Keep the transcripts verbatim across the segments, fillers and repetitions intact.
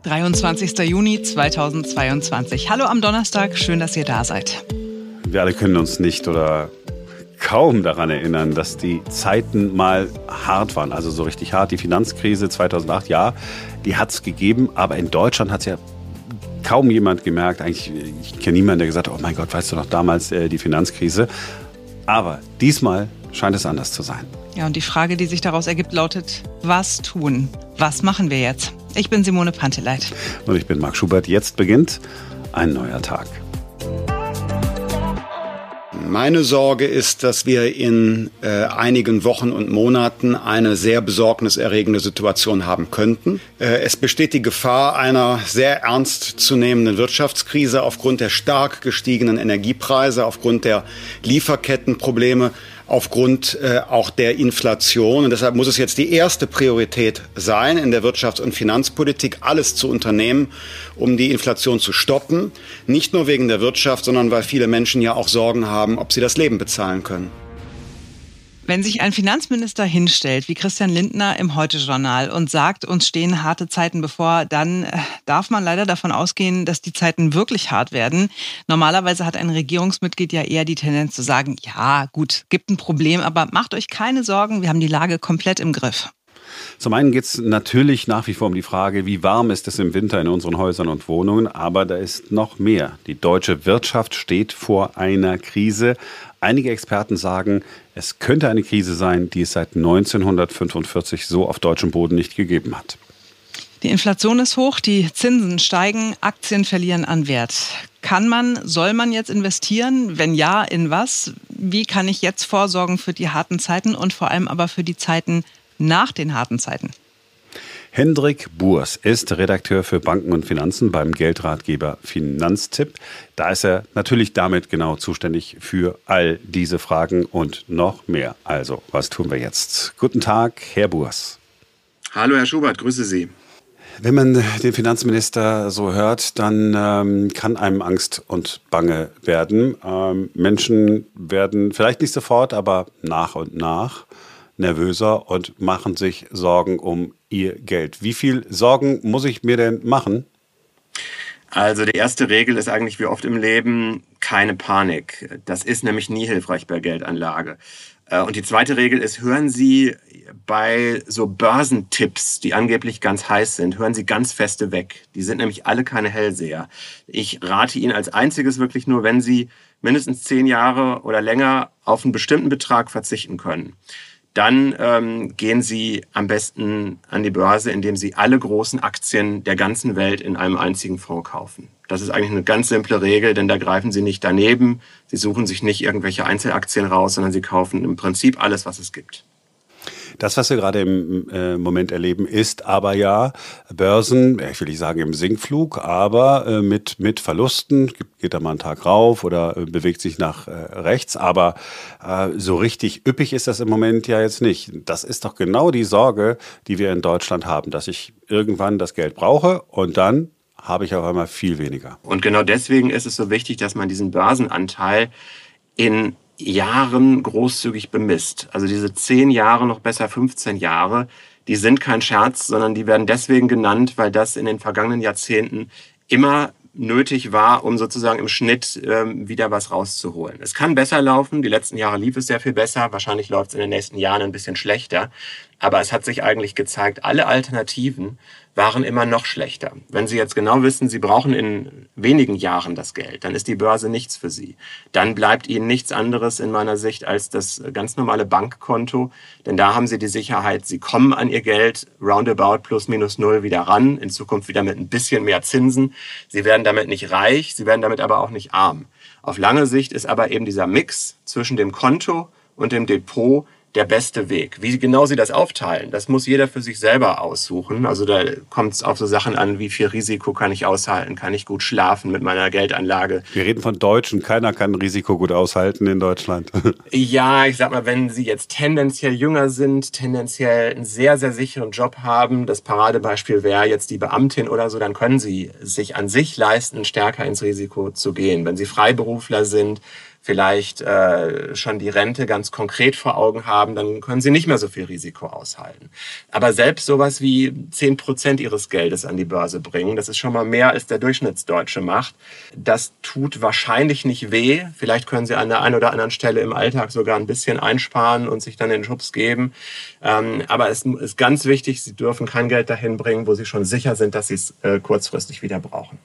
dreiundzwanzigster Juni zweitausendzweiundzwanzig. Hallo am Donnerstag, schön, dass ihr da seid. Wir alle können uns nicht oder kaum daran erinnern, dass die Zeiten mal hart waren, also so richtig hart. Die Finanzkrise zweitausendacht, ja, die hat es gegeben, aber in Deutschland hat es ja kaum jemand gemerkt. Eigentlich, ich kenne niemanden, der gesagt hat, oh mein Gott, weißt du noch damals äh, die Finanzkrise. Aber diesmal scheint es anders zu sein. Ja, und die Frage, die sich daraus ergibt, lautet, was tun? Was machen wir jetzt? Ich bin Simone Panteleit. Und ich bin Marc Schubert. Jetzt beginnt ein neuer Tag. Meine Sorge ist, dass wir in äh, einigen Wochen und Monaten eine sehr besorgniserregende Situation haben könnten. Äh, es besteht die Gefahr einer sehr ernst zu nehmenden Wirtschaftskrise aufgrund der stark gestiegenen Energiepreise, aufgrund der Lieferkettenprobleme, aufgrund äh, auch der Inflation. Und deshalb muss es jetzt die erste Priorität sein, in der Wirtschafts- und Finanzpolitik alles zu unternehmen, um die Inflation zu stoppen. Nicht nur wegen der Wirtschaft, sondern weil viele Menschen ja auch Sorgen haben, ob sie das Leben bezahlen können. Wenn sich ein Finanzminister hinstellt, wie Christian Lindner im Heute-Journal und sagt, uns stehen harte Zeiten bevor, dann darf man leider davon ausgehen, dass die Zeiten wirklich hart werden. Normalerweise hat ein Regierungsmitglied ja eher die Tendenz zu sagen, ja gut, gibt ein Problem, aber macht euch keine Sorgen, wir haben die Lage komplett im Griff. Zum einen geht es natürlich nach wie vor um die Frage, wie warm ist es im Winter in unseren Häusern und Wohnungen, aber da ist noch mehr. Die deutsche Wirtschaft steht vor einer Krise. Einige Experten sagen, es könnte eine Krise sein, die es seit neunzehnhundertfünfundvierzig so auf deutschem Boden nicht gegeben hat. Die Inflation ist hoch, die Zinsen steigen, Aktien verlieren an Wert. Kann man, soll man jetzt investieren? Wenn ja, in was? Wie kann ich jetzt vorsorgen für die harten Zeiten und vor allem aber für die Zeiten nach den harten Zeiten? Hendrik Burs ist Redakteur für Banken und Finanzen beim Geldratgeber Finanztipp. Da ist er natürlich damit genau zuständig für all diese Fragen und noch mehr. Also, was tun wir jetzt? Guten Tag, Herr Burs. Hallo, Herr Schubert, grüße Sie. Wenn man den Finanzminister so hört, dann ähm, kann einem Angst und Bange werden. Ähm, Menschen werden vielleicht nicht sofort, aber nach und nach nervöser und machen sich Sorgen um ihr Geld. Wie viel Sorgen muss ich mir denn machen? Also die erste Regel ist eigentlich wie oft im Leben keine Panik. Das ist nämlich nie hilfreich bei Geldanlage. Und die zweite Regel ist, hören Sie bei so Börsentipps, die angeblich ganz heiß sind, hören Sie ganz feste weg. Die sind nämlich alle keine Hellseher. Ich rate Ihnen als einziges wirklich nur, wenn Sie mindestens zehn Jahre oder länger auf einen bestimmten Betrag verzichten können. Dann ähm, gehen Sie am besten an die Börse, indem Sie alle großen Aktien der ganzen Welt in einem einzigen Fonds kaufen. Das ist eigentlich eine ganz simple Regel, denn da greifen Sie nicht daneben. Sie suchen sich nicht irgendwelche Einzelaktien raus, sondern Sie kaufen im Prinzip alles, was es gibt. Das, was wir gerade im äh, Moment erleben, ist aber ja Börsen, ich will nicht sagen im Sinkflug, aber äh, mit, mit Verlusten, geht da mal einen Tag rauf oder äh, bewegt sich nach äh, rechts, aber äh, so richtig üppig ist das im Moment ja jetzt nicht. Das ist doch genau die Sorge, die wir in Deutschland haben, dass ich irgendwann das Geld brauche und dann habe ich auf einmal viel weniger. Und genau deswegen ist es so wichtig, dass man diesen Börsenanteil in Jahren großzügig bemisst. Also diese zehn Jahre, noch besser fünfzehn Jahre, die sind kein Scherz, sondern die werden deswegen genannt, weil das in den vergangenen Jahrzehnten immer nötig war, um sozusagen im Schnitt ähm, wieder was rauszuholen. Es kann besser laufen, die letzten Jahre lief es sehr viel besser, wahrscheinlich läuft es in den nächsten Jahren ein bisschen schlechter, aber es hat sich eigentlich gezeigt, alle Alternativen waren immer noch schlechter. Wenn Sie jetzt genau wissen, Sie brauchen in wenigen Jahren das Geld, dann ist die Börse nichts für Sie. Dann bleibt Ihnen nichts anderes in meiner Sicht als das ganz normale Bankkonto, denn da haben Sie die Sicherheit, Sie kommen an Ihr Geld roundabout plus minus null wieder ran, in Zukunft wieder mit ein bisschen mehr Zinsen. Sie werden damit nicht reich, Sie werden damit aber auch nicht arm. Auf lange Sicht ist aber eben dieser Mix zwischen dem Konto und dem Depot der beste Weg. Wie genau Sie das aufteilen, das muss jeder für sich selber aussuchen. Also da kommt es auf so Sachen an, wie viel Risiko kann ich aushalten, kann ich gut schlafen mit meiner Geldanlage. Wir reden von Deutschen, keiner kann Risiko gut aushalten in Deutschland. Ja, ich sag mal, wenn Sie jetzt tendenziell jünger sind, tendenziell einen sehr, sehr sicheren Job haben, das Paradebeispiel wäre jetzt die Beamtin oder so, dann können Sie sich an sich leisten, stärker ins Risiko zu gehen. Wenn Sie Freiberufler sind, vielleicht äh, schon die Rente ganz konkret vor Augen haben, dann können sie nicht mehr so viel Risiko aushalten. Aber selbst sowas wie zehn Prozent ihres Geldes an die Börse bringen, das ist schon mal mehr, als der Durchschnittsdeutsche macht. Das tut wahrscheinlich nicht weh. Vielleicht können sie an der einen oder anderen Stelle im Alltag sogar ein bisschen einsparen und sich dann den Schubs geben. Ähm, aber es ist ganz wichtig, sie dürfen kein Geld dahin bringen, wo sie schon sicher sind, dass sie es äh, kurzfristig wieder brauchen.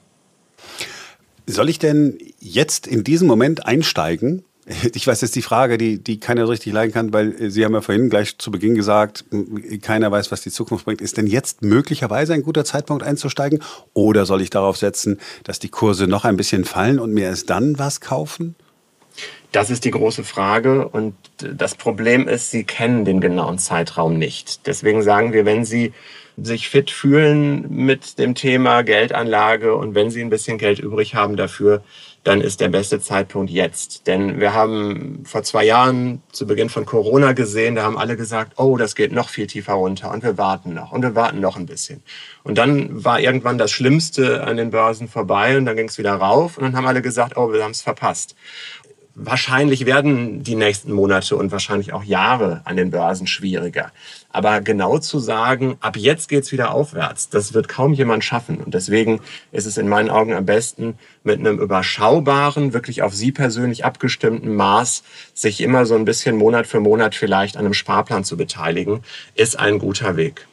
Soll ich denn jetzt in diesem Moment einsteigen? Ich weiß, das ist die Frage, die, die keiner so richtig leiden kann, weil Sie haben ja vorhin gleich zu Beginn gesagt, keiner weiß, was die Zukunft bringt. Ist denn jetzt möglicherweise ein guter Zeitpunkt einzusteigen? Oder soll ich darauf setzen, dass die Kurse noch ein bisschen fallen und mir erst dann was kaufen? Das ist die große Frage und das Problem ist, Sie kennen den genauen Zeitraum nicht. Deswegen sagen wir, wenn Sie sich fit fühlen mit dem Thema Geldanlage und wenn Sie ein bisschen Geld übrig haben dafür, dann ist der beste Zeitpunkt jetzt. Denn wir haben vor zwei Jahren zu Beginn von Corona gesehen, da haben alle gesagt, oh, das geht noch viel tiefer runter und wir warten noch und wir warten noch ein bisschen. Und dann war irgendwann das Schlimmste an den Börsen vorbei und dann ging es wieder rauf und dann haben alle gesagt, oh, wir haben es verpasst. Wahrscheinlich werden die nächsten Monate und wahrscheinlich auch Jahre an den Börsen schwieriger. Aber genau zu sagen, ab jetzt geht's wieder aufwärts, das wird kaum jemand schaffen. Und deswegen ist es in meinen Augen am besten, mit einem überschaubaren, wirklich auf Sie persönlich abgestimmten Maß, sich immer so ein bisschen Monat für Monat vielleicht an einem Sparplan zu beteiligen, ist ein guter Weg.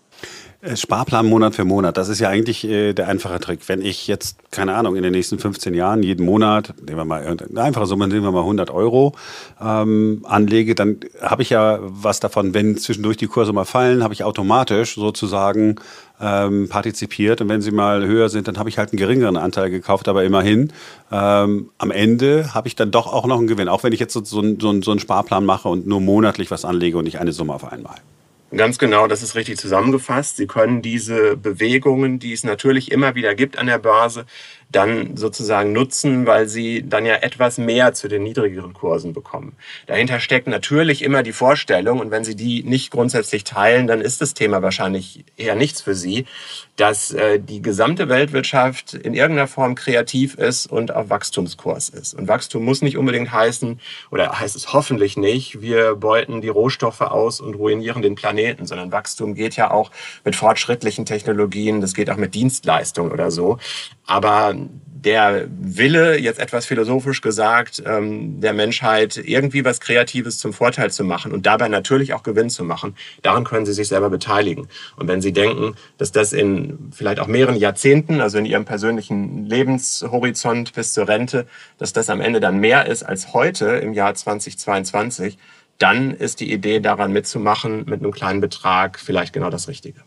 Sparplan Monat für Monat, das ist ja eigentlich äh, der einfache Trick. Wenn ich jetzt, keine Ahnung, in den nächsten fünfzehn Jahren jeden Monat, nehmen wir mal eine einfache Summe, nehmen wir mal hundert Euro ähm, anlege, dann habe ich ja was davon, wenn zwischendurch die Kurse mal fallen, habe ich automatisch sozusagen ähm, partizipiert. Und wenn sie mal höher sind, dann habe ich halt einen geringeren Anteil gekauft, aber immerhin ähm, am Ende habe ich dann doch auch noch einen Gewinn, auch wenn ich jetzt so, so, so, so einen Sparplan mache und nur monatlich was anlege und nicht eine Summe auf einmal. Ganz genau, das ist richtig zusammengefasst. Sie können diese Bewegungen, die es natürlich immer wieder gibt an der Börse, dann sozusagen nutzen, weil sie dann ja etwas mehr zu den niedrigeren Kursen bekommen. Dahinter steckt natürlich immer die Vorstellung, und wenn Sie die nicht grundsätzlich teilen, dann ist das Thema wahrscheinlich eher nichts für Sie, dass äh, die gesamte Weltwirtschaft in irgendeiner Form kreativ ist und auf Wachstumskurs ist. Und Wachstum muss nicht unbedingt heißen, oder heißt es hoffentlich nicht, wir beuten die Rohstoffe aus und ruinieren den Planeten, sondern Wachstum geht ja auch mit fortschrittlichen Technologien, das geht auch mit Dienstleistungen oder so. Aber der Wille, jetzt etwas philosophisch gesagt, ähm, der Menschheit irgendwie was Kreatives zum Vorteil zu machen und dabei natürlich auch Gewinn zu machen, daran können Sie sich selber beteiligen. Und wenn Sie denken, dass das in vielleicht auch mehreren Jahrzehnten, also in Ihrem persönlichen Lebenshorizont bis zur Rente, dass das am Ende dann mehr ist als heute im Jahr zweitausendzweiundzwanzig, dann ist die Idee, daran mitzumachen, mit einem kleinen Betrag vielleicht genau das Richtige.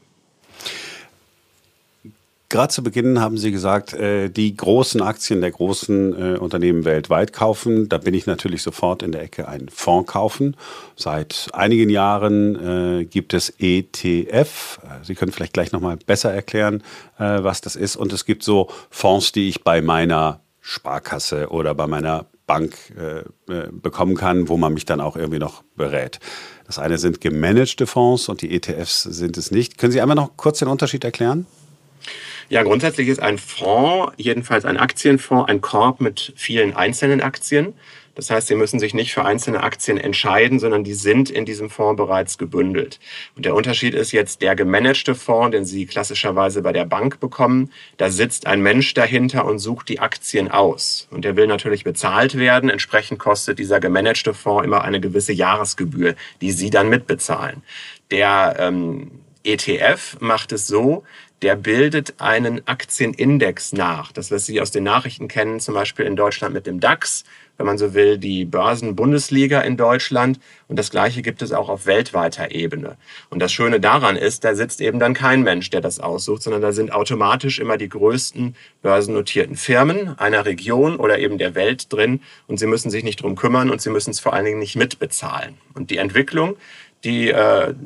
Gerade zu Beginn haben Sie gesagt, die großen Aktien der großen Unternehmen weltweit kaufen. Da bin ich natürlich sofort in der Ecke ein Fonds kaufen. Seit einigen Jahren gibt es E T F. Sie können vielleicht gleich noch mal besser erklären, was das ist. Und es gibt so Fonds, die ich bei meiner Sparkasse oder bei meiner Bank bekommen kann, wo man mich dann auch irgendwie noch berät. Das eine sind gemanagte Fonds und die E T Fs sind es nicht. Können Sie einmal noch kurz den Unterschied erklären? Ja, grundsätzlich ist ein Fonds, jedenfalls ein Aktienfonds, ein Korb mit vielen einzelnen Aktien. Das heißt, Sie müssen sich nicht für einzelne Aktien entscheiden, sondern die sind in diesem Fonds bereits gebündelt. Und der Unterschied ist jetzt der gemanagte Fonds, den Sie klassischerweise bei der Bank bekommen. Da sitzt ein Mensch dahinter und sucht die Aktien aus. Und der will natürlich bezahlt werden. Entsprechend kostet dieser gemanagte Fonds immer eine gewisse Jahresgebühr, die Sie dann mitbezahlen. Der ähm, E T F macht es so, der bildet einen Aktienindex nach. Das, was Sie aus den Nachrichten kennen, zum Beispiel in Deutschland mit dem DAX, wenn man so will, die Börsenbundesliga in Deutschland. Und das Gleiche gibt es auch auf weltweiter Ebene. Und das Schöne daran ist, da sitzt eben dann kein Mensch, der das aussucht, sondern da sind automatisch immer die größten börsennotierten Firmen einer Region oder eben der Welt drin. Und Sie müssen sich nicht drum kümmern und Sie müssen es vor allen Dingen nicht mitbezahlen. Und die Entwicklung, die äh,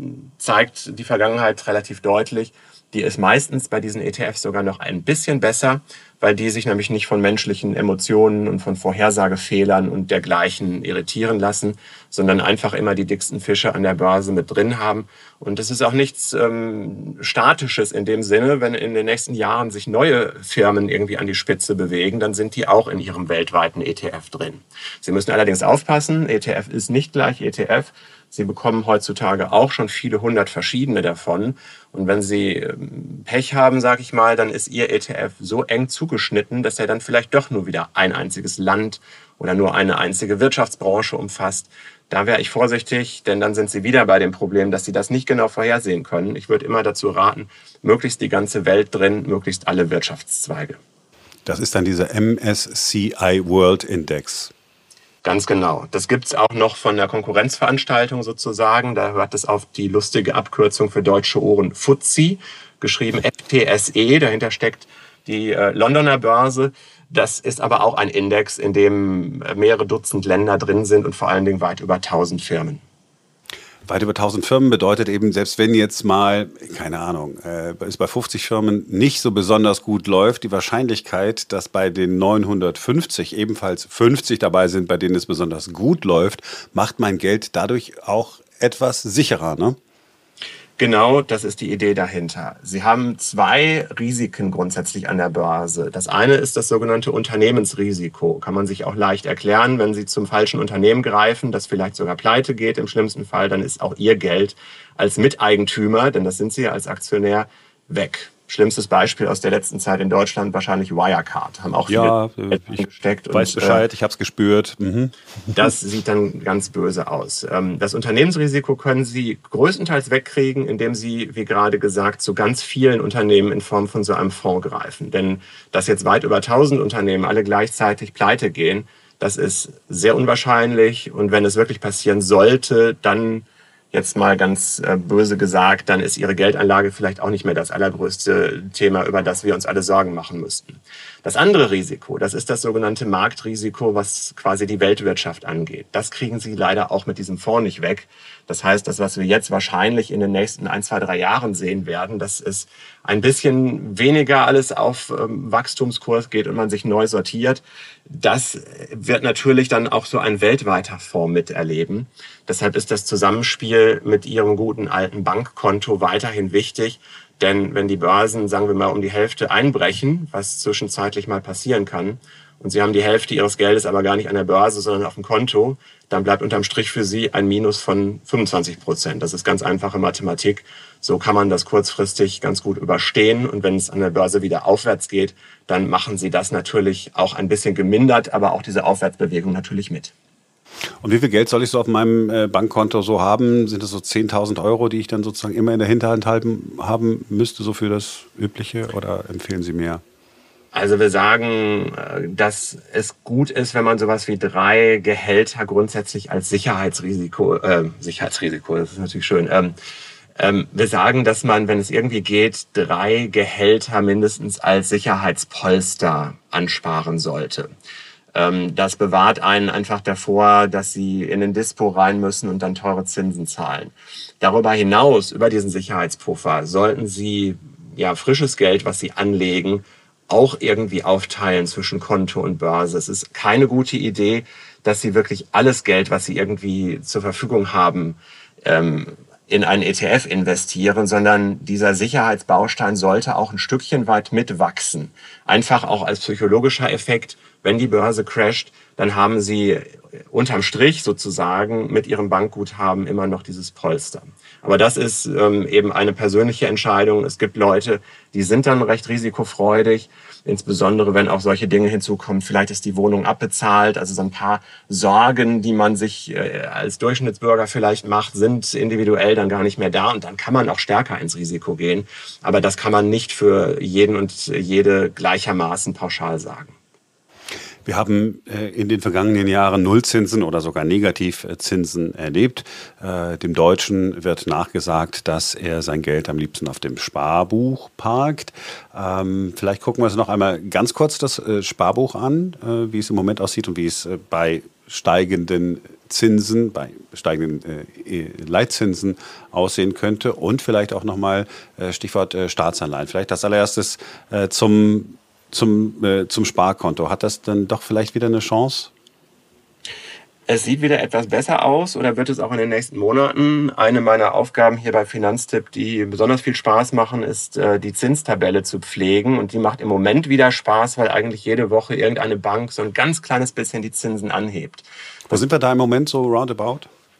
zeigt die Vergangenheit relativ deutlich. Die ist meistens bei diesen E T Fs sogar noch ein bisschen besser, weil die sich nämlich nicht von menschlichen Emotionen und von Vorhersagefehlern und dergleichen irritieren lassen, sondern einfach immer die dicksten Fische an der Börse mit drin haben. Und es ist auch nichts ähm, Statisches in dem Sinne, wenn in den nächsten Jahren sich neue Firmen irgendwie an die Spitze bewegen, dann sind die auch in ihrem weltweiten E T F drin. Sie müssen allerdings aufpassen, E T F ist nicht gleich E T F. Sie bekommen heutzutage auch schon viele hundert verschiedene davon. Und wenn Sie Pech haben, sage ich mal, dann ist Ihr E T F so eng zugeschnitten, dass er dann vielleicht doch nur wieder ein einziges Land oder nur eine einzige Wirtschaftsbranche umfasst. Da wäre ich vorsichtig, denn dann sind Sie wieder bei dem Problem, dass Sie das nicht genau vorhersehen können. Ich würde immer dazu raten, möglichst die ganze Welt drin, möglichst alle Wirtschaftszweige. Das ist dann dieser M S C I World Index. Ganz genau. Das gibt's auch noch von der Konkurrenzveranstaltung sozusagen. Da hört es auf die lustige Abkürzung für deutsche Ohren F T S E, geschrieben F T S E. Dahinter steckt die äh, Londoner Börse. Das ist aber auch ein Index, in dem mehrere Dutzend Länder drin sind und vor allen Dingen weit über tausend Firmen. Weit über tausend Firmen bedeutet eben, selbst wenn jetzt mal, keine Ahnung, äh, es bei fünfzig Firmen nicht so besonders gut läuft, die Wahrscheinlichkeit, dass bei den neunhundertfünfzig ebenfalls fünfzig dabei sind, bei denen es besonders gut läuft, macht mein Geld dadurch auch etwas sicherer, ne? Genau, das ist die Idee dahinter. Sie haben zwei Risiken grundsätzlich an der Börse. Das eine ist das sogenannte Unternehmensrisiko. Kann man sich auch leicht erklären, wenn Sie zum falschen Unternehmen greifen, das vielleicht sogar pleite geht im schlimmsten Fall, dann ist auch Ihr Geld als Miteigentümer, denn das sind Sie ja als Aktionär, weg. Schlimmstes Beispiel aus der letzten Zeit in Deutschland wahrscheinlich Wirecard. Haben auch viele ja, ich gesteckt. weiß und, Bescheid, äh, ich habe es gespürt. Mhm. Das sieht dann ganz böse aus. Das Unternehmensrisiko können Sie größtenteils wegkriegen, indem Sie, wie gerade gesagt, zu ganz vielen Unternehmen in Form von so einem Fonds greifen. Denn dass jetzt weit über tausend Unternehmen alle gleichzeitig pleite gehen, das ist sehr unwahrscheinlich. Und wenn es wirklich passieren sollte, dann jetzt mal ganz äh, böse gesagt, dann ist Ihre Geldanlage vielleicht auch nicht mehr das allergrößte Thema, über das wir uns alle Sorgen machen müssten. Das andere Risiko, das ist das sogenannte Marktrisiko, was quasi die Weltwirtschaft angeht. Das kriegen Sie leider auch mit diesem Fonds nicht weg. Das heißt, das, was wir jetzt wahrscheinlich in den nächsten ein, zwei, drei Jahren sehen werden, dass es ein bisschen weniger alles auf ähm, Wachstumskurs geht und man sich neu sortiert, das wird natürlich dann auch so ein weltweiter Fonds miterleben. Deshalb ist das Zusammenspiel mit Ihrem guten alten Bankkonto weiterhin wichtig. Denn wenn die Börsen, sagen wir mal, um die Hälfte einbrechen, was zwischenzeitlich mal passieren kann, und Sie haben die Hälfte Ihres Geldes aber gar nicht an der Börse, sondern auf dem Konto, dann bleibt unterm Strich für Sie ein Minus von fünfundzwanzig Prozent. Das ist ganz einfache Mathematik. So kann man das kurzfristig ganz gut überstehen. Und wenn es an der Börse wieder aufwärts geht, dann machen Sie das natürlich auch ein bisschen gemindert, aber auch diese Aufwärtsbewegung natürlich mit. Und wie viel Geld soll ich so auf meinem äh, Bankkonto so haben? Sind das so zehntausend Euro, die ich dann sozusagen immer in der Hinterhand halten, haben müsste, so für das Übliche? Oder empfehlen Sie mehr? Also wir sagen, dass es gut ist, wenn man sowas wie drei Gehälter grundsätzlich als Sicherheitsrisiko, äh, Sicherheitsrisiko, das ist natürlich schön. Ähm, ähm, wir sagen, dass man, wenn es irgendwie geht, drei Gehälter mindestens als Sicherheitspolster ansparen sollte. Ähm, das bewahrt einen einfach davor, dass Sie in den Dispo rein müssen und dann teure Zinsen zahlen. Darüber hinaus, über diesen Sicherheitspuffer, sollten Sie ja frisches Geld, was Sie anlegen, auch irgendwie aufteilen zwischen Konto und Börse. Es ist keine gute Idee, dass Sie wirklich alles Geld, was Sie irgendwie zur Verfügung haben, ähm, in einen E T F investieren, sondern dieser Sicherheitsbaustein sollte auch ein Stückchen weit mitwachsen. Einfach auch als psychologischer Effekt, wenn die Börse crasht, dann haben Sie unterm Strich sozusagen mit Ihrem Bankguthaben immer noch dieses Polster. Aber das ist ähm, eben eine persönliche Entscheidung. Es gibt Leute, die sind dann recht risikofreudig, insbesondere wenn auch solche Dinge hinzukommen. Vielleicht ist die Wohnung abbezahlt, also so ein paar Sorgen, die man sich äh, als Durchschnittsbürger vielleicht macht, sind individuell dann gar nicht mehr da und dann kann man auch stärker ins Risiko gehen. Aber das kann man nicht für jeden und jede gleichermaßen pauschal sagen. Wir haben äh, in den vergangenen Jahren Nullzinsen oder sogar Negativzinsen erlebt. Äh, dem Deutschen wird nachgesagt, dass er sein Geld am liebsten auf dem Sparbuch parkt. Ähm, vielleicht gucken wir uns noch einmal ganz kurz das äh, Sparbuch an, äh, wie es im Moment aussieht und wie es äh, bei steigenden Zinsen, bei steigenden äh, Leitzinsen aussehen könnte und vielleicht auch nochmal äh, Stichwort äh, Staatsanleihen. Vielleicht als allererstes äh, zum, zum, äh, zum Sparkonto. Hat das dann doch vielleicht wieder eine Chance? Es sieht wieder etwas besser aus oder wird es auch in den nächsten Monaten. Eine meiner Aufgaben hier bei Finanztipp, die besonders viel Spaß machen, ist, die Zinstabelle zu pflegen. Und die macht im Moment wieder Spaß, weil eigentlich jede Woche irgendeine Bank so ein ganz kleines bisschen die Zinsen anhebt. Wo sind wir da im Moment so roundabout?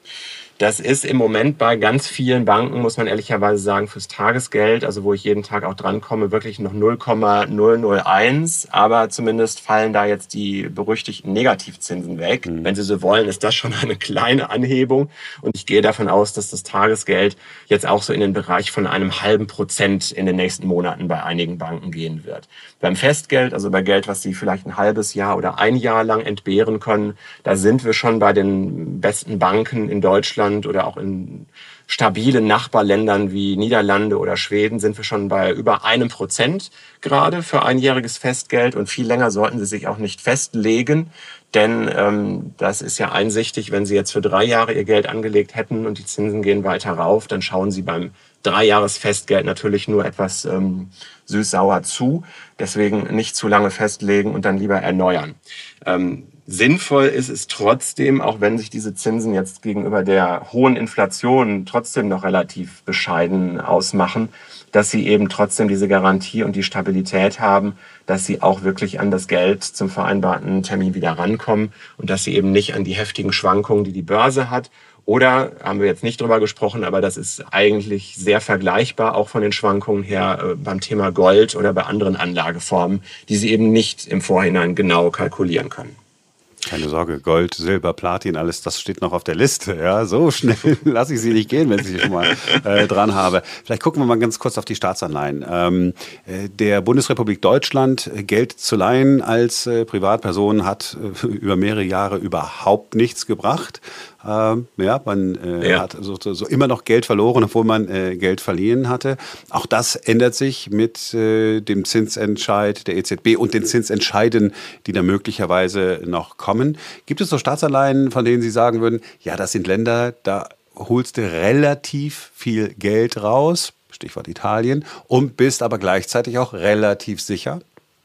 Das ist im Moment bei ganz vielen Banken, muss man ehrlicherweise sagen, fürs Tagesgeld, also wo ich jeden Tag auch drankomme, wirklich noch null Komma null null eins. Aber zumindest fallen da jetzt die berüchtigten Negativzinsen weg. Mhm. Wenn Sie so wollen, ist das schon eine kleine Anhebung. Und ich gehe davon aus, dass das Tagesgeld jetzt auch so in den Bereich von einem halben Prozent in den nächsten Monaten bei einigen Banken gehen wird. Beim Festgeld, also bei Geld, was Sie vielleicht ein halbes Jahr oder ein Jahr lang entbehren können, da sind wir schon bei den besten Banken in Deutschland oder auch in stabilen Nachbarländern wie Niederlande oder Schweden sind wir schon bei über einem Prozent gerade für einjähriges Festgeld. Und viel länger sollten Sie sich auch nicht festlegen, denn ähm, das ist ja einsichtig, wenn Sie jetzt für drei Jahre Ihr Geld angelegt hätten und die Zinsen gehen weiter rauf, dann schauen Sie beim Dreijahresfestgeld natürlich nur etwas ähm, süß-sauer zu. Deswegen nicht zu lange festlegen und dann lieber erneuern. Ähm, Sinnvoll ist es trotzdem, auch wenn sich diese Zinsen jetzt gegenüber der hohen Inflation trotzdem noch relativ bescheiden ausmachen, dass sie eben trotzdem diese Garantie und die Stabilität haben, dass sie auch wirklich an das Geld zum vereinbarten Termin wieder rankommen und dass sie eben nicht an die heftigen Schwankungen, die die Börse hat. Oder, haben wir jetzt nicht drüber gesprochen, aber das ist eigentlich sehr vergleichbar, auch von den Schwankungen her äh, beim Thema Gold oder bei anderen Anlageformen, die sie eben nicht im Vorhinein genau kalkulieren können. Keine Sorge, Gold, Silber, Platin, alles das steht noch auf der Liste. Ja, so schnell lasse ich sie nicht gehen, wenn ich sie schon mal äh, dran habe. Vielleicht gucken wir mal ganz kurz auf die Staatsanleihen. Ähm, äh, der Bundesrepublik Deutschland Geld zu leihen als äh, Privatperson hat äh, über mehrere Jahre überhaupt nichts gebracht. Ähm, ja, man äh, ja. hat so, so immer noch Geld verloren, obwohl man äh, Geld verliehen hatte. Auch das ändert sich mit äh, dem Zinsentscheid der E Z B und den Zinsentscheiden, die da möglicherweise noch kommen. Gibt es so Staatsanleihen, von denen Sie sagen würden, ja, das sind Länder, da holst du relativ viel Geld raus, Stichwort Italien, und bist aber gleichzeitig auch relativ sicher?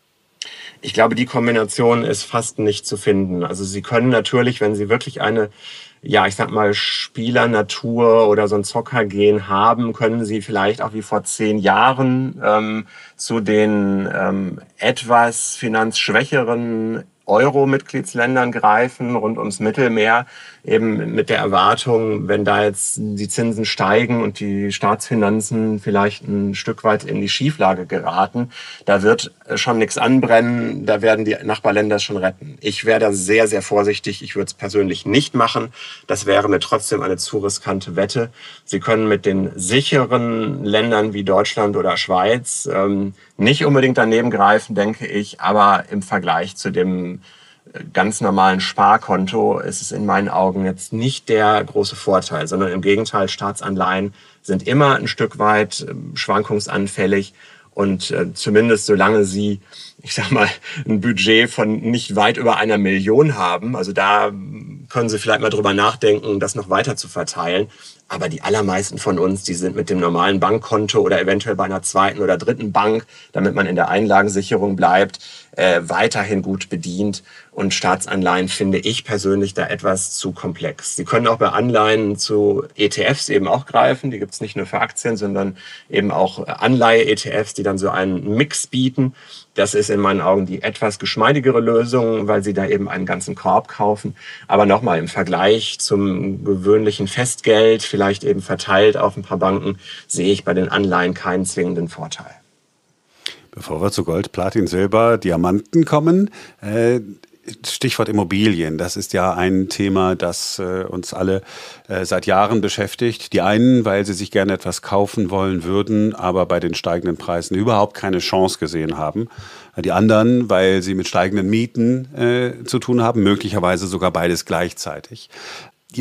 Ich glaube, die Kombination ist fast nicht zu finden. Also Sie können natürlich, wenn Sie wirklich eine, ja, ich sag mal, Spielernatur oder so ein Zockergen haben, können Sie vielleicht auch wie vor zehn Jahren ähm, zu den ähm, etwas finanzschwächeren Euro-Mitgliedsländern greifen, rund ums Mittelmeer, eben mit der Erwartung, wenn da jetzt die Zinsen steigen und die Staatsfinanzen vielleicht ein Stück weit in die Schieflage geraten, da wird schon nichts anbrennen, da werden die Nachbarländer schon retten. Ich wäre da sehr, sehr vorsichtig, ich würde es persönlich nicht machen, das wäre mir trotzdem eine zu riskante Wette. Sie können mit den sicheren Ländern wie Deutschland oder Schweiz ähm, nicht unbedingt daneben greifen, denke ich, aber im Vergleich zu dem ganz normalen Sparkonto ist es in meinen Augen jetzt nicht der große Vorteil, sondern im Gegenteil, Staatsanleihen sind immer ein Stück weit schwankungsanfällig und äh, zumindest solange sie, ich sag mal, ein Budget von nicht weit über einer Million haben, also da können Sie vielleicht mal drüber nachdenken, das noch weiter zu verteilen. Aber die allermeisten von uns, die sind mit dem normalen Bankkonto oder eventuell bei einer zweiten oder dritten Bank, damit man in der Einlagensicherung bleibt, äh, weiterhin gut bedient. Und Staatsanleihen finde ich persönlich da etwas zu komplex. Sie können auch bei Anleihen zu E T Fs eben auch greifen. Die gibt es nicht nur für Aktien, sondern eben auch Anleihe-E T Fs, die dann so einen Mix bieten. Das ist in meinen Augen die etwas geschmeidigere Lösung, weil Sie da eben einen ganzen Korb kaufen. Aber nochmal im Vergleich zum gewöhnlichen Festgeld, vielleicht eben verteilt auf ein paar Banken, sehe ich bei den Anleihen keinen zwingenden Vorteil. Bevor wir zu Gold, Platin, Silber, Diamanten kommen, äh, Stichwort Immobilien. Das ist ja ein Thema, das äh, uns alle äh, seit Jahren beschäftigt. Die einen, weil sie sich gerne etwas kaufen wollen würden, aber bei den steigenden Preisen überhaupt keine Chance gesehen haben. Die anderen, weil sie mit steigenden Mieten äh, zu tun haben, möglicherweise sogar beides gleichzeitig. Jetzt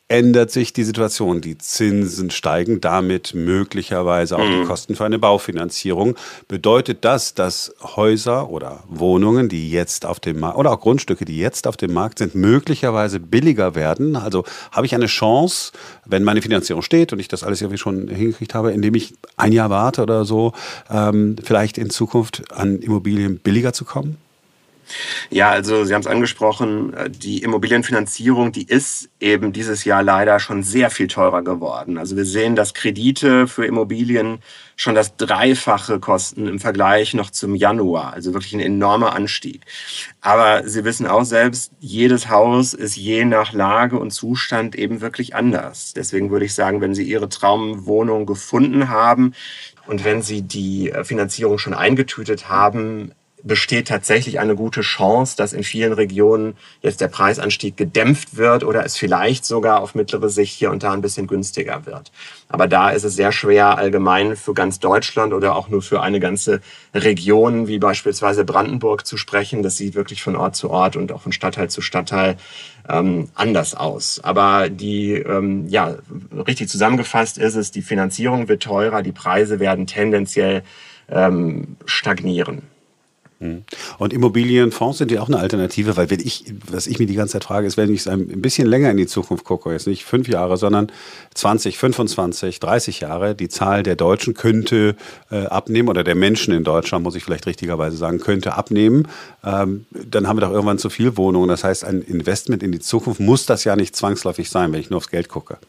ändert sich die Situation. Die Zinsen steigen, damit möglicherweise auch mhm. die Kosten für eine Baufinanzierung. Bedeutet das, dass Häuser oder Wohnungen, die jetzt auf dem Markt, oder auch Grundstücke, die jetzt auf dem Markt sind, möglicherweise billiger werden? Also habe ich eine Chance, wenn meine Finanzierung steht und ich das alles irgendwie schon hingekriegt habe, indem ich ein Jahr warte oder so, ähm, vielleicht in Zukunft an Immobilien billiger zu kommen? Ja, also Sie haben es angesprochen, die Immobilienfinanzierung, die ist eben dieses Jahr leider schon sehr viel teurer geworden. Also wir sehen, dass Kredite für Immobilien schon das Dreifache kosten im Vergleich noch zum Januar. Also wirklich ein enormer Anstieg. Aber Sie wissen auch selbst, jedes Haus ist je nach Lage und Zustand eben wirklich anders. Deswegen würde ich sagen, wenn Sie Ihre Traumwohnung gefunden haben und wenn Sie die Finanzierung schon eingetütet haben, besteht tatsächlich eine gute Chance, dass in vielen Regionen jetzt der Preisanstieg gedämpft wird oder es vielleicht sogar auf mittlere Sicht hier und da ein bisschen günstiger wird. Aber da ist es sehr schwer, allgemein für ganz Deutschland oder auch nur für eine ganze Region, wie beispielsweise Brandenburg, zu sprechen. Das sieht wirklich von Ort zu Ort und auch von Stadtteil zu Stadtteil ähm, anders aus. Aber die, ähm, ja, richtig zusammengefasst ist es, die Finanzierung wird teurer, die Preise werden tendenziell ähm, stagnieren. Und Immobilienfonds sind ja auch eine Alternative, weil wenn ich, was ich mir die ganze Zeit frage, ist, wenn ich ein bisschen länger in die Zukunft gucke, jetzt nicht fünf Jahre, sondern zwanzig, fünfundzwanzig, dreißig Jahre, die Zahl der Deutschen könnte äh, abnehmen oder der Menschen in Deutschland, muss ich vielleicht richtigerweise sagen, könnte abnehmen. Ähm, dann haben wir doch irgendwann zu viel Wohnungen. Das heißt, ein Investment in die Zukunft muss das ja nicht zwangsläufig sein, wenn ich nur aufs Geld gucke.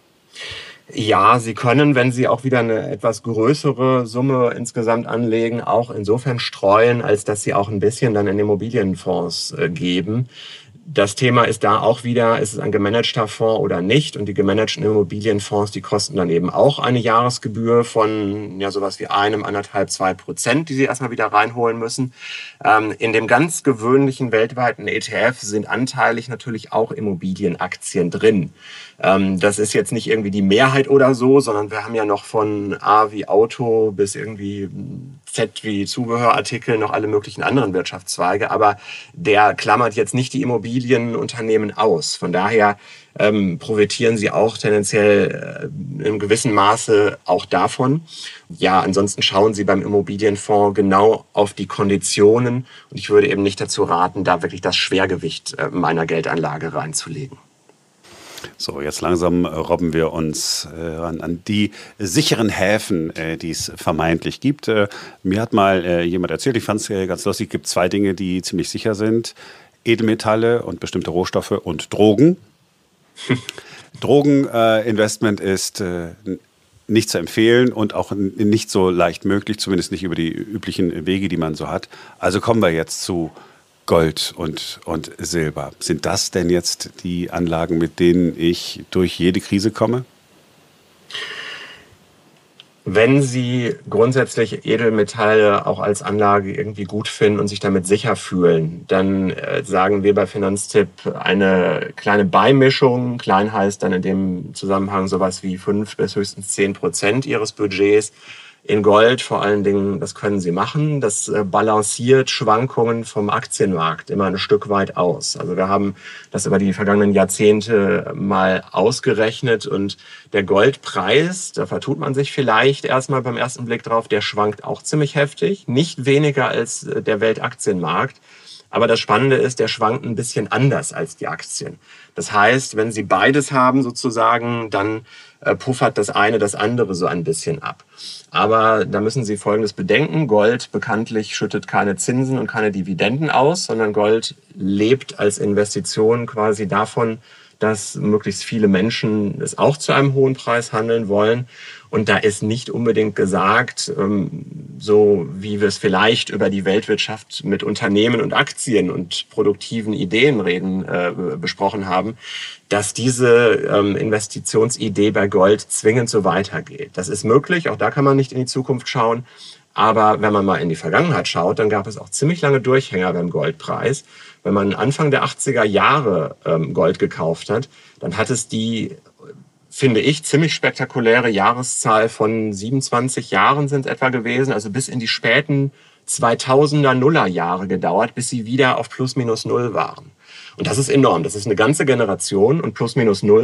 Ja, Sie können, wenn Sie auch wieder eine etwas größere Summe insgesamt anlegen, auch insofern streuen, als dass Sie auch ein bisschen dann in Immobilienfonds äh, geben. Das Thema ist da auch wieder, ist es ein gemanagter Fonds oder nicht? Und die gemanagten Immobilienfonds, die kosten dann eben auch eine Jahresgebühr von ja sowas wie einem, anderthalb, zwei Prozent, die Sie erstmal wieder reinholen müssen. Ähm, in dem ganz gewöhnlichen weltweiten E T F sind anteilig natürlich auch Immobilienaktien drin. Ähm, das ist jetzt nicht irgendwie die Mehrheit oder so, sondern wir haben ja noch von A wie Auto bis irgendwie Z wie Zubehörartikel noch alle möglichen anderen Wirtschaftszweige. Aber der klammert jetzt nicht die Immobilienunternehmen aus. Von daher ähm, profitieren sie auch tendenziell äh, in gewissem Maße auch davon. Ja, ansonsten schauen Sie beim Immobilienfonds genau auf die Konditionen. Und ich würde eben nicht dazu raten, da wirklich das Schwergewicht äh, meiner Geldanlage reinzulegen. So, jetzt langsam robben wir uns äh, an, an die sicheren Häfen, äh, die es vermeintlich gibt. Äh, mir hat mal äh, jemand erzählt, ich fand es äh, ganz lustig, es gibt zwei Dinge, die ziemlich sicher sind. Edelmetalle und bestimmte Rohstoffe und Drogen. Drogeninvestment äh, ist äh, nicht zu empfehlen und auch nicht so leicht möglich, zumindest nicht über die üblichen Wege, die man so hat. Also kommen wir jetzt zu Gold und, und Silber. Sind das denn jetzt die Anlagen, mit denen ich durch jede Krise komme? Wenn Sie grundsätzlich Edelmetalle auch als Anlage irgendwie gut finden und sich damit sicher fühlen, dann äh, sagen wir bei Finanztipp eine kleine Beimischung. Klein heißt dann in dem Zusammenhang sowas wie fünf bis höchstens zehn Prozent Ihres Budgets in Gold. Vor allen Dingen, das können Sie machen. Das äh, balanciert Schwankungen vom Aktienmarkt immer ein Stück weit aus. Also wir haben das über die vergangenen Jahrzehnte mal ausgerechnet und der Goldpreis, da vertut man sich vielleicht erstmal beim ersten Blick drauf, der schwankt auch ziemlich heftig. Nicht weniger als äh, der Weltaktienmarkt. Aber das Spannende ist, der schwankt ein bisschen anders als die Aktien. Das heißt, wenn Sie beides haben sozusagen, dann äh, puffert das eine das andere so ein bisschen ab. Aber da müssen Sie Folgendes bedenken. Gold bekanntlich schüttet keine Zinsen und keine Dividenden aus, sondern Gold lebt als Investition quasi davon, dass möglichst viele Menschen es auch zu einem hohen Preis handeln wollen. Und da ist nicht unbedingt gesagt, so wie wir es vielleicht über die Weltwirtschaft mit Unternehmen und Aktien und produktiven Ideen reden, besprochen haben, dass diese Investitionsidee bei Gold zwingend so weitergeht. Das ist möglich, auch da kann man nicht in die Zukunft schauen. Aber wenn man mal in die Vergangenheit schaut, dann gab es auch ziemlich lange Durchhänger beim Goldpreis. Wenn man Anfang der achtziger Jahre ähm, Gold gekauft hat, dann hat es die, finde ich, ziemlich spektakuläre Jahreszahl von siebenundzwanzig Jahren sind etwa gewesen, also bis in die späten zweitausender Nullerjahre gedauert, bis sie wieder auf plus minus null waren. Und das ist enorm. Das ist eine ganze Generation und plus minus null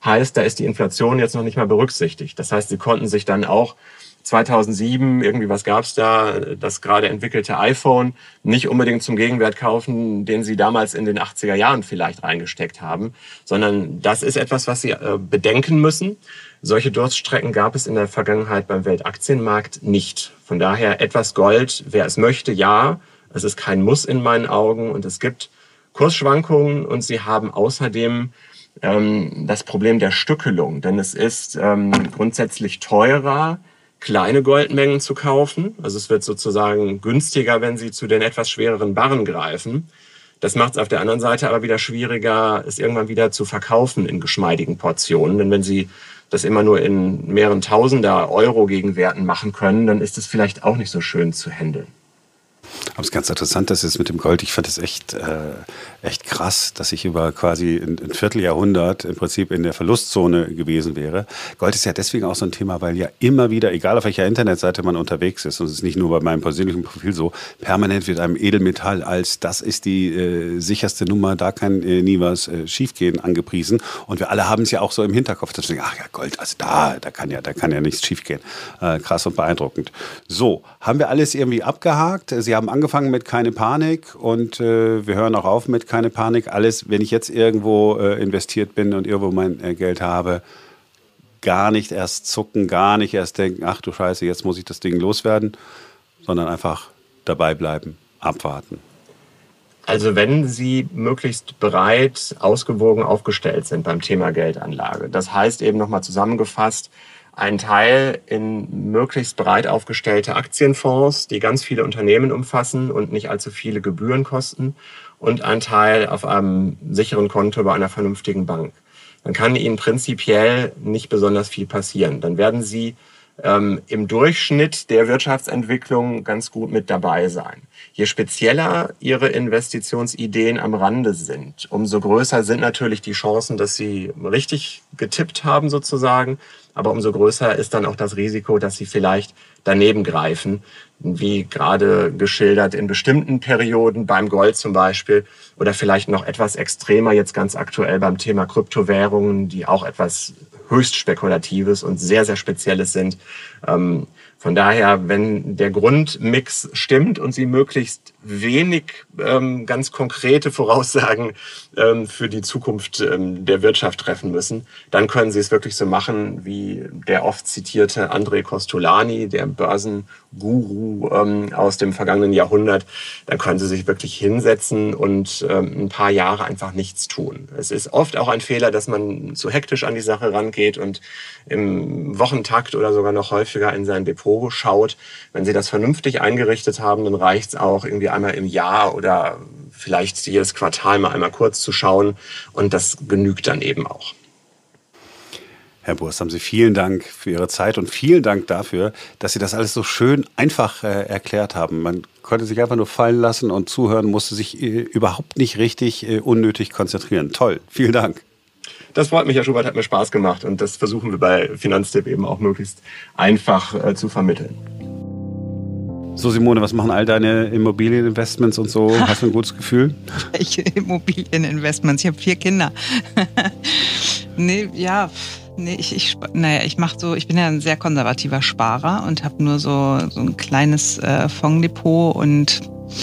heißt, da ist die Inflation jetzt noch nicht mal berücksichtigt. Das heißt, sie konnten sich dann auch zweitausendsieben, irgendwie was gab's da, das gerade entwickelte iPhone, nicht unbedingt zum Gegenwert kaufen, den sie damals in den achtziger Jahren vielleicht reingesteckt haben, sondern das ist etwas, was sie äh, bedenken müssen. Solche Durststrecken gab es in der Vergangenheit beim Weltaktienmarkt nicht. Von daher etwas Gold, wer es möchte, ja. Es ist kein Muss in meinen Augen und es gibt Kursschwankungen und sie haben außerdem ähm, das Problem der Stückelung, denn es ist ähm, grundsätzlich teurer, kleine Goldmengen zu kaufen. Also es wird sozusagen günstiger, wenn Sie zu den etwas schwereren Barren greifen. Das macht es auf der anderen Seite aber wieder schwieriger, es irgendwann wieder zu verkaufen in geschmeidigen Portionen. Denn wenn Sie das immer nur in mehreren Tausender Euro Gegenwerten machen können, dann ist es vielleicht auch nicht so schön zu handeln. Aber es ist ganz interessant, dass es mit dem Gold, ich fand es echt, äh, echt krass, dass ich über quasi ein, ein Vierteljahrhundert im Prinzip in der Verlustzone gewesen wäre. Gold ist ja deswegen auch so ein Thema, weil ja immer wieder, egal auf welcher Internetseite man unterwegs ist, und es ist nicht nur bei meinem persönlichen Profil so, permanent wird einem Edelmetall als das ist die äh, sicherste Nummer, da kann äh, nie was äh, schiefgehen, angepriesen. Und wir alle haben es ja auch so im Hinterkopf, dass wir denken, ach ja, Gold, also da, da kann ja, da kann ja nichts schiefgehen. Äh, krass und beeindruckend. So, haben wir alles irgendwie abgehakt? Sie haben angefangen mit keine Panik und äh, wir hören auch auf mit keine Panik. Alles, wenn ich jetzt irgendwo äh, investiert bin und irgendwo mein äh, Geld habe, gar nicht erst zucken, gar nicht erst denken, ach du Scheiße, jetzt muss ich das Ding loswerden, sondern einfach dabei bleiben, abwarten. Also wenn Sie möglichst breit ausgewogen aufgestellt sind beim Thema Geldanlage, das heißt eben nochmal zusammengefasst, ein Teil in möglichst breit aufgestellte Aktienfonds, die ganz viele Unternehmen umfassen und nicht allzu viele Gebühren kosten, und ein Teil auf einem sicheren Konto bei einer vernünftigen Bank. Dann kann Ihnen prinzipiell nicht besonders viel passieren. Dann werden Sie ähm, im Durchschnitt der Wirtschaftsentwicklung ganz gut mit dabei sein. Je spezieller Ihre Investitionsideen am Rande sind, umso größer sind natürlich die Chancen, dass Sie richtig getippt haben sozusagen. Aber umso größer ist dann auch das Risiko, dass Sie vielleicht daneben greifen, wie gerade geschildert in bestimmten Perioden, beim Gold zum Beispiel, oder vielleicht noch etwas extremer jetzt ganz aktuell beim Thema Kryptowährungen, die auch etwas höchst Spekulatives und sehr, sehr Spezielles sind. Ähm, von daher, wenn der Grundmix stimmt und Sie möglichst wenig ähm, ganz konkrete Voraussagen ähm, für die Zukunft ähm, der Wirtschaft treffen müssen, dann können Sie es wirklich so machen wie der oft zitierte André Kostolany, der Börsenguru ähm, aus dem vergangenen Jahrhundert. Dann können Sie sich wirklich hinsetzen und ähm, ein paar Jahre einfach nichts tun. Es ist oft auch ein Fehler, dass man zu hektisch an die Sache rangeht und im Wochentakt oder sogar noch häufiger in sein Depot schaut. Wenn Sie das vernünftig eingerichtet haben, dann reicht es auch, irgendwie einmal im Jahr oder vielleicht jedes Quartal mal einmal kurz zu schauen, und das genügt dann eben auch. Herr Burst, haben Sie vielen Dank für Ihre Zeit und vielen Dank dafür, dass Sie das alles so schön einfach äh, erklärt haben. Man konnte sich einfach nur fallen lassen und zuhören, musste sich äh, überhaupt nicht richtig äh, unnötig konzentrieren. Toll, vielen Dank. Das freut mich, Herr Schubert, hat mir Spaß gemacht, und das versuchen wir bei Finanztipp eben auch möglichst einfach äh, zu vermitteln. So, Simone, was machen all deine Immobilieninvestments und so? Hast du ein gutes Gefühl? Welche Immobilieninvestments? Ich habe vier Kinder. nee, ja, nee, ich, ich, naja, ich mache so, ich bin ja ein sehr konservativer Sparer und habe nur so, so ein kleines äh, Fondsdepot, und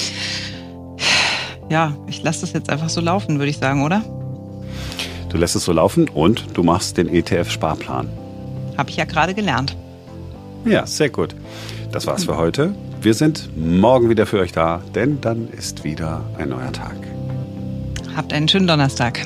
ja, ich lasse das jetzt einfach so laufen, würde ich sagen, oder? Du lässt es so laufen und du machst den E T F-Sparplan. Habe ich ja gerade gelernt. Ja, sehr gut. Das war's für heute. Wir sind morgen wieder für euch da, denn dann ist wieder ein neuer Tag. Habt einen schönen Donnerstag.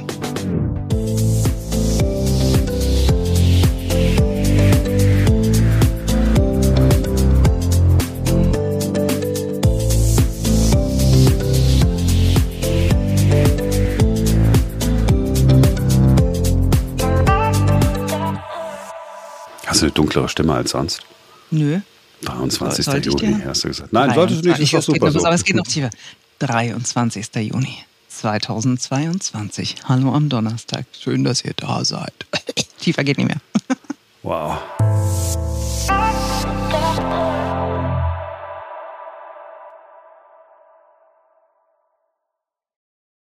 Hast du eine dunklere Stimme als sonst? Nö. dreiundzwanzigster Juni, hast du gesagt. Nein, solltest du nicht, das ist doch super so. Aber es geht noch tiefer. dreiundzwanzigster Juni zweitausendzweiundzwanzig. Hallo am Donnerstag. Schön, dass ihr da seid. Tiefer geht nicht mehr. Wow.